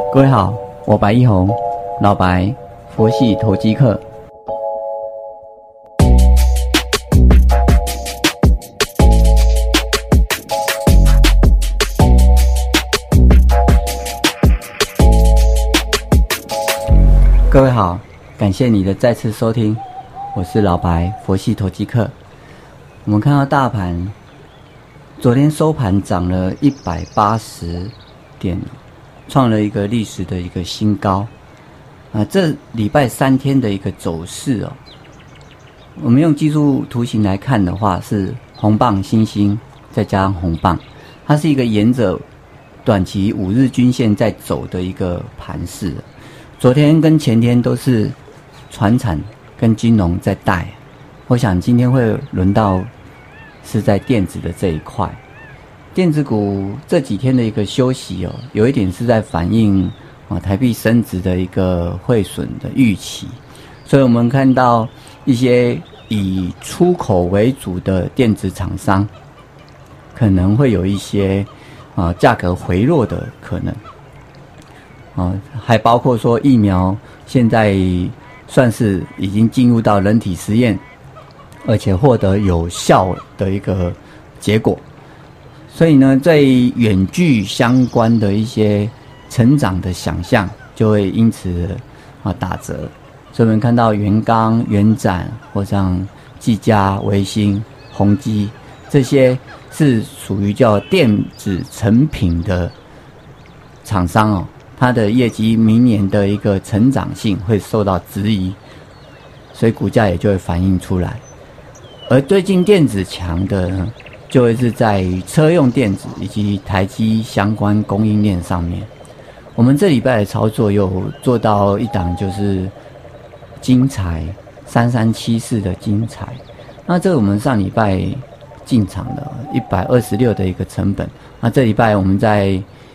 各位好，我白一红，老白，佛系投机客。各位好，感谢你的再次收听，我是老白，佛系投机客。我们看到大盘昨天收盘涨了180点，创了一个历史的一个新高。这礼拜3天的一个走势哦，我们用技术图形来看的话，是红棒、星星再加上红棒，它是一个沿着短期5日均线在走的一个盘势。昨天跟前天都是传产跟金融在带，我想今天会轮到是在电子的这一块。电子股这几天的一个休息哦，有一点是在反映台币升值的一个汇损的预期，所以我们看到一些以出口为主的电子厂商可能会有一些价格回落的可能。还包括说疫苗现在算是已经进入到人体实验，而且获得有效的一个结果，所以呢，在远距相关的一些成长的想象就会因此打折。所以我们看到元刚、元展或像技嘉、微星、宏基，这些是属于叫电子成品的厂商哦，它的业绩明年的一个成长性会受到质疑，所以股价也就会反映出来。而最近电子强的呢，就会是在于车用电子以及台积相关供应链上面。我们这礼拜的操作有做到一档，就是精材3374的精材，那这我们上礼拜进场的126的一个成本，那这礼拜我们在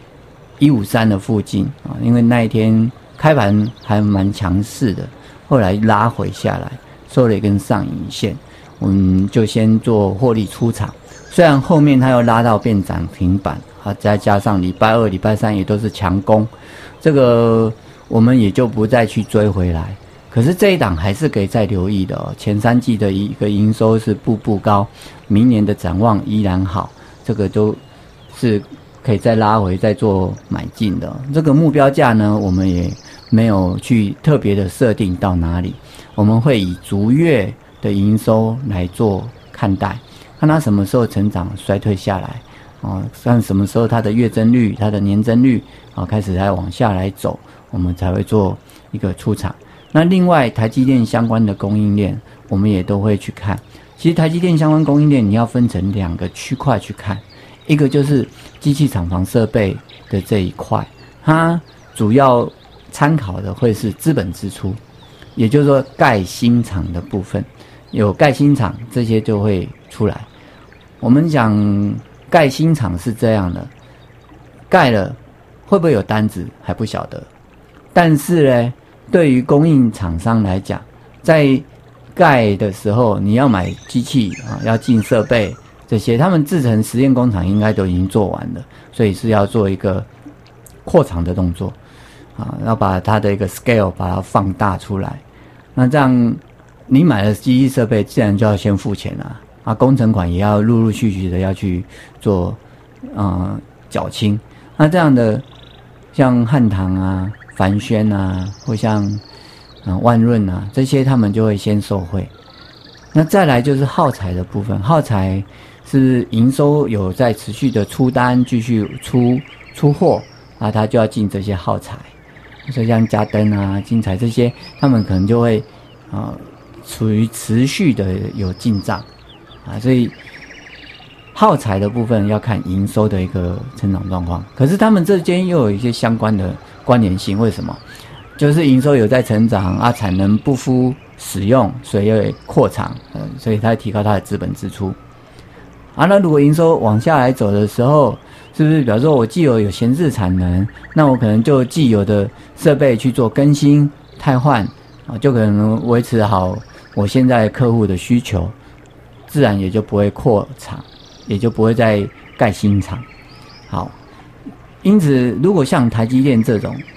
153的附近因为那一天开盘还蛮强势的，后来拉回下来收了一根上影线，我们就先做获利出场。虽然后面它又拉到变涨停板再加上礼拜2、礼拜3也都是强攻，这个我们也就不再去追回来。可是这一档还是可以再留意的前3季的一个营收是步步高，明年的展望依然好，这个都是可以再拉回再做买进的。这个目标价呢，我们也没有去特别的设定到哪里，我们会以逐月的营收来做看待，看它什么时候成长衰退下来看什么时候它的月增率、它的年增率开始再往下来走，我们才会做一个出场。那另外台积电相关的供应链我们也都会去看。其实台积电相关供应链你要分成2个区块去看，一个就是机器厂房设备的这一块，它主要参考的会是资本支出，也就是说盖新厂的部分，有盖新厂这些就会出来。我们讲盖新厂是这样的，盖了会不会有单子还不晓得，但是呢，对于供应厂商来讲，在盖的时候你要买机器要进设备这些，他们制程实验工厂应该都已经做完了，所以是要做一个扩厂的动作要把它的一个 scale 把它放大出来。那这样你买了机器设备自然就要先付钱工程款也要陆陆续续的要去做缴清。那这样的像汉唐凡轩或像万润这些他们就会先受惠。那再来就是耗材的部分，耗材是营收有在持续的出单，继续出货它就要进这些耗材，所以像嘉登精材这些他们可能就会处于持续的有进账所以耗材的部分要看营收的一个成长状况。可是他们之间又有一些相关的关联性，为什么？就是营收有在成长产能不敷使用，所以要扩厂所以它会提高它的资本支出那如果营收往下来走的时候，是不是比方说我既有闲置产能，那我可能就既有的设备去做更新汰换就可能维持好我现在客户的需求，自然也就不会扩厂，也就不会再盖新厂。好，因此如果像台积电这种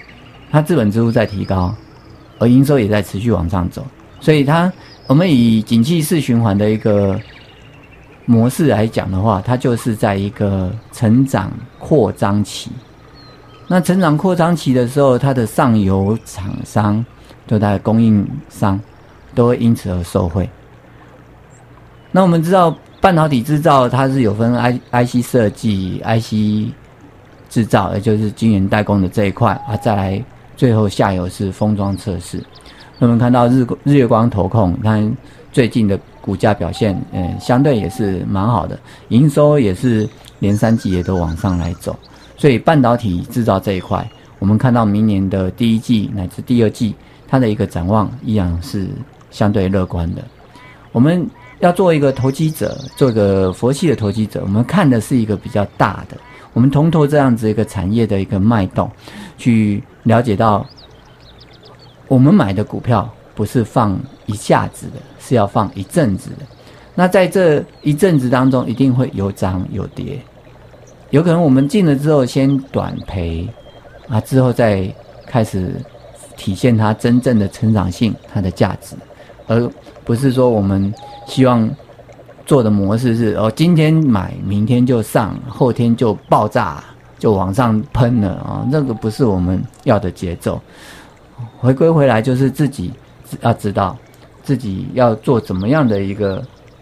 它资本支出在提高，而营收也在持续往上走，所以我们以景气式循环的一个模式来讲的话，它就是在一个成长扩张期。那成长扩张期的时候，它的上游厂商，就它的供应商，都会因此而受惠。那我们知道，半导体制造它是有分 IC 设计、IC 制造，也就是晶圆代工的这一块啊，再来最后下游是封装测试。那我们看到日月光投控，看最近的股价表现，相对也是蛮好的，营收也是连3季也都往上来走。所以半导体制造这一块，我们看到明年的第1季乃至第2季，它的一个展望依然是相对乐观的。我们要做一个投机者，做一个佛系的投机者，我们看的是一个比较大的，我们通透这样子一个产业的一个脉动，去了解到我们买的股票不是放一下子的，是要放一阵子的。那在这一阵子当中，一定会有涨有跌，有可能我们进了之后先短赔啊，之后再开始体现它真正的成长性，它的价值，而不是说我们希望做的模式是今天买明天就上，后天就爆炸就往上喷了啊，这个不是我们要的节奏。回归回来就是自己要知道自己要做怎么样的一个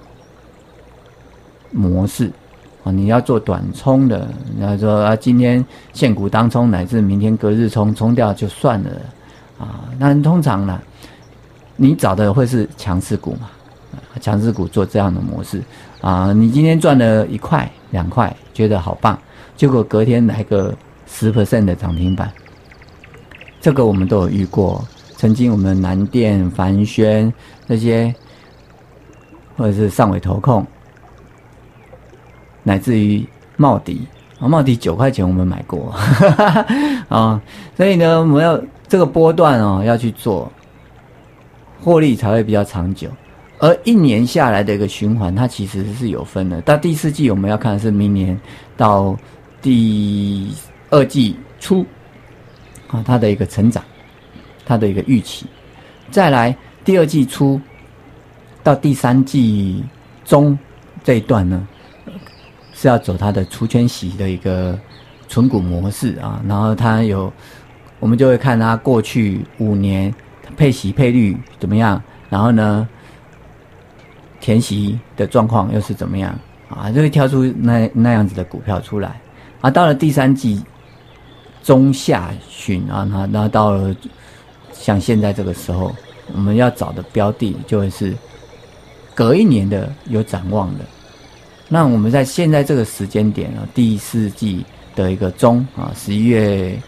模式啊，你要做短冲的，你要说今天现股当冲，乃至明天隔日冲掉就算了啊。那通常呢，你找的会是强势股嘛？强势股做这样的模式啊，你今天赚了1块2块，觉得好棒，结果隔天来个10% 的涨停板，这个我们都有遇过。曾经我们南电、凡轩这些，或者是上尾投控，乃至于茂迪茂迪9块钱我们买过啊，所以呢，我们要这个波段要去做，获利才会比较长久。而1年下来的一个循环，它其实是有分的。到第4季我们要看的是明年到第2季初啊，它的一个成长，它的一个预期。再来第2季初到第3季中这一段呢，是要走它的除权息的一个存股模式啊，然后它我们就会看它过去5年配息配率怎么样，然后呢填息的状况又是怎么样啊，就会挑出那样子的股票出来啊。到了第3季中下旬啊，然后到了像现在这个时候，我们要找的标的就会是隔1年的有展望的。那我们在现在这个时间点第4季的一个中啊，11月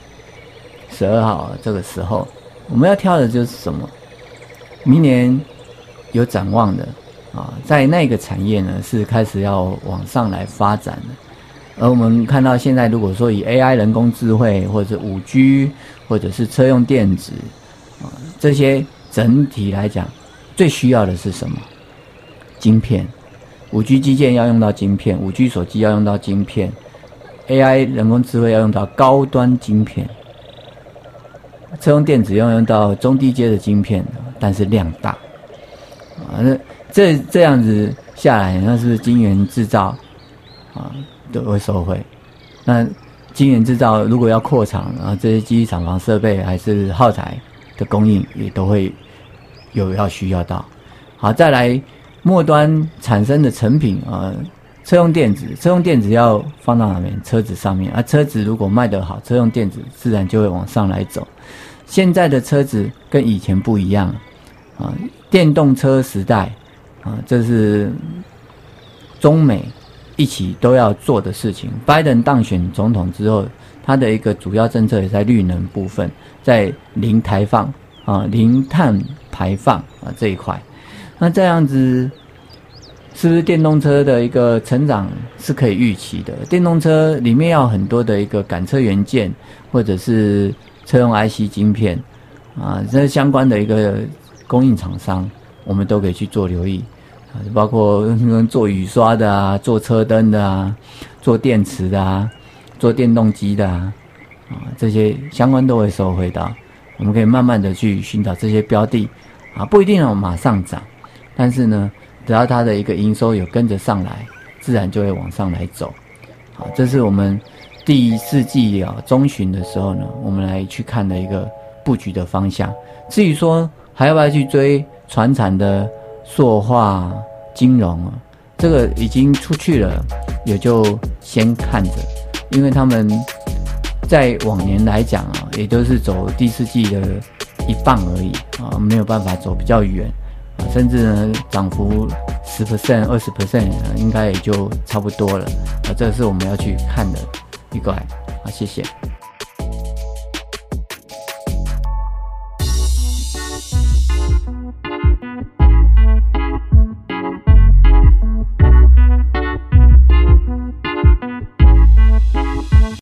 12号这个时候，我们要挑的就是什么？明年有展望的啊，在那个产业呢是开始要往上来发展的。而我们看到现在，如果说以 AI 人工智慧，或者是 5G， 或者是车用电子啊，这些整体来讲，最需要的是什么？晶片。5G 基建要用到晶片， 5G 手机要用到晶片， AI 人工智慧要用到高端晶片，车用电子要用到中低阶的晶片，但是量大啊，这样子下来，那是不是晶圆制造啊都会受惠？那晶圆制造如果要扩厂啊，这些机器厂房设备还是耗材的供应也都会要需要到。好，再来末端产生的成品车用电子要放到哪边？车子上面啊，车子如果卖得好，车用电子自然就会往上来走。现在的车子跟以前不一样啊，电动车时代啊，这是中美一起都要做的事情。拜登当选总统之后，他的一个主要政策也在绿能部分，在零排放啊、零碳排放啊这一块。那这样子，是不是电动车的一个成长是可以预期的？电动车里面要很多的一个感测元件，或者是车用 IC 晶片啊，这相关的一个供应厂商，我们都可以去做留意啊，包括做雨刷的啊，做车灯的啊，做电池的啊，做电动机的啊，这些相关都会受惠到。 我们可以慢慢的去寻找这些标的啊，不一定要马上涨，但是呢，只要它的一个营收有跟着上来，自然就会往上来走。好，这是我们第4季中旬的时候呢，我们来去看的一个布局的方向。至于说还要不要去追传产的塑化、金融啊，这个已经出去了，也就先看着，因为他们在往年来讲啊，也就是走第4季的一半而已啊，没有办法走比较远啊，甚至呢涨幅10%、20%应该也就差不多了啊，这是我们要去看的一块啊，谢谢。